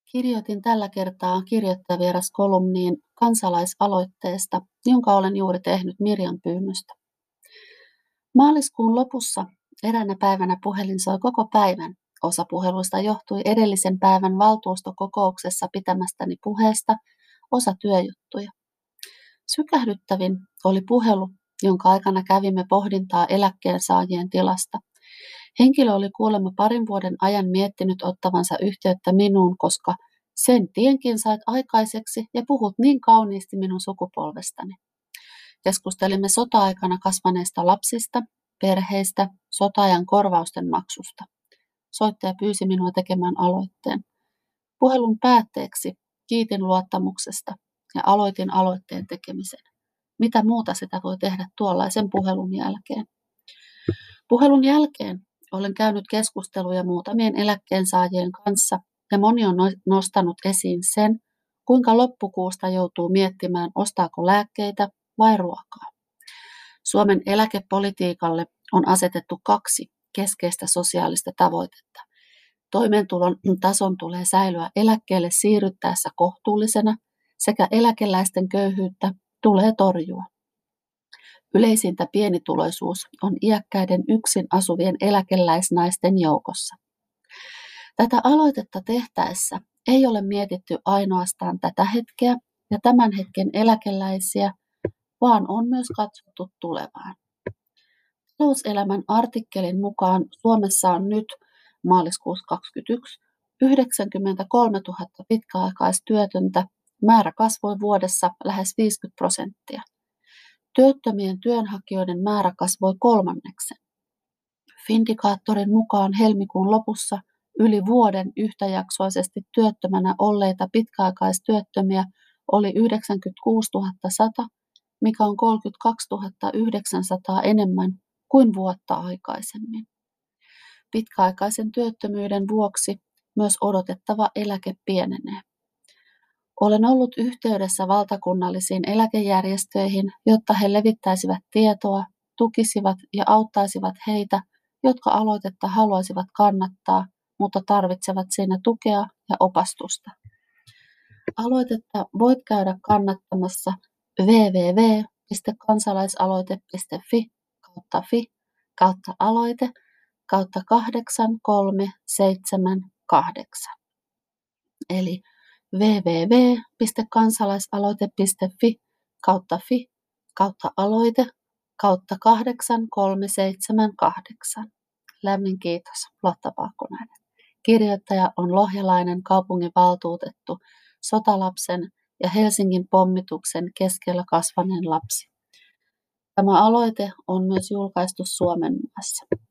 Kirjoitin tällä kertaa kirjoittajavieras-kolumniin kansalaisaloitteesta, jonka olen juuri tehnyt Mirjan pyynnöstä. Maaliskuun lopussa eräänä päivänä puhelin soi koko päivän. Osa puheluista johtui edellisen päivän valtuustokokouksessa pitämästäni puheesta, osa työjuttuja. Sykähdyttävin oli puhelu, jonka aikana kävimme pohdintaa eläkkeensaajien tilasta. Henkilö oli kuulemma parin vuoden ajan miettinyt ottavansa yhteyttä minuun, koska sen tienkin sait aikaiseksi ja puhut niin kauniisti minun sukupolvestani. Keskustelimme sota-aikana kasvaneista lapsista, perheistä, sota-ajan korvausten maksusta. Soittaja pyysi minua tekemään aloitteen. Puhelun päätteeksi kiitin luottamuksesta ja aloitin aloitteen tekemisen. Mitä muuta sitä voi tehdä tuollaisen puhelun jälkeen? Puhelun jälkeen olen käynyt keskusteluja muutamien eläkkeensaajien kanssa ja moni on nostanut esiin sen, kuinka loppukuusta joutuu miettimään, ostaako lääkkeitä vai ruokaa. Suomen eläkepolitiikalle on asetettu 2 keskeistä sosiaalista tavoitetta. Toimeentulon tason tulee säilyä eläkkeelle siirryttäessä kohtuullisena sekä eläkeläisten köyhyyttä tulee torjua. Yleisintä pienituloisuus on iäkkäiden yksin asuvien eläkeläisnaisten joukossa. Tätä aloitetta tehtäessä ei ole mietitty ainoastaan tätä hetkeä ja tämän hetken eläkeläisiä, vaan on myös katsottu tulevaan. Talouselämän artikkelin mukaan Suomessa on nyt maaliskuussa 2021 93 000 pitkäaikaistyötöntä. Määrä kasvoi vuodessa lähes 50%. Työttömien työnhakijoiden määrä kasvoi 3. Findikaattorin mukaan helmikuun lopussa yli vuoden yhtäjaksoisesti työttömänä olleita pitkäaikaistyöttömiä oli 96 100, mikä on 32 900 enemmän kuin vuotta aikaisemmin. Pitkäaikaisen työttömyyden vuoksi myös odotettava eläke pienenee. Olen ollut yhteydessä valtakunnallisiin eläkejärjestöihin, jotta he levittäisivät tietoa, tukisivat ja auttaisivat heitä, jotka aloitetta haluaisivat kannattaa, mutta tarvitsevat siinä tukea ja opastusta. Aloitetta voit käydä kannattamassa www.fi.aloite/8378 eli www.kansalaisaloite.fi/aloite/8378. Lämmin kiitos, Lotta Paakkonainen. Kirjoittaja on lohjalainen kaupunginvaltuutettu, sotalapsen ja Helsingin pommituksen keskellä kasvaneen lapsi. Tämä aloite on myös julkaistu Suomenmaassa.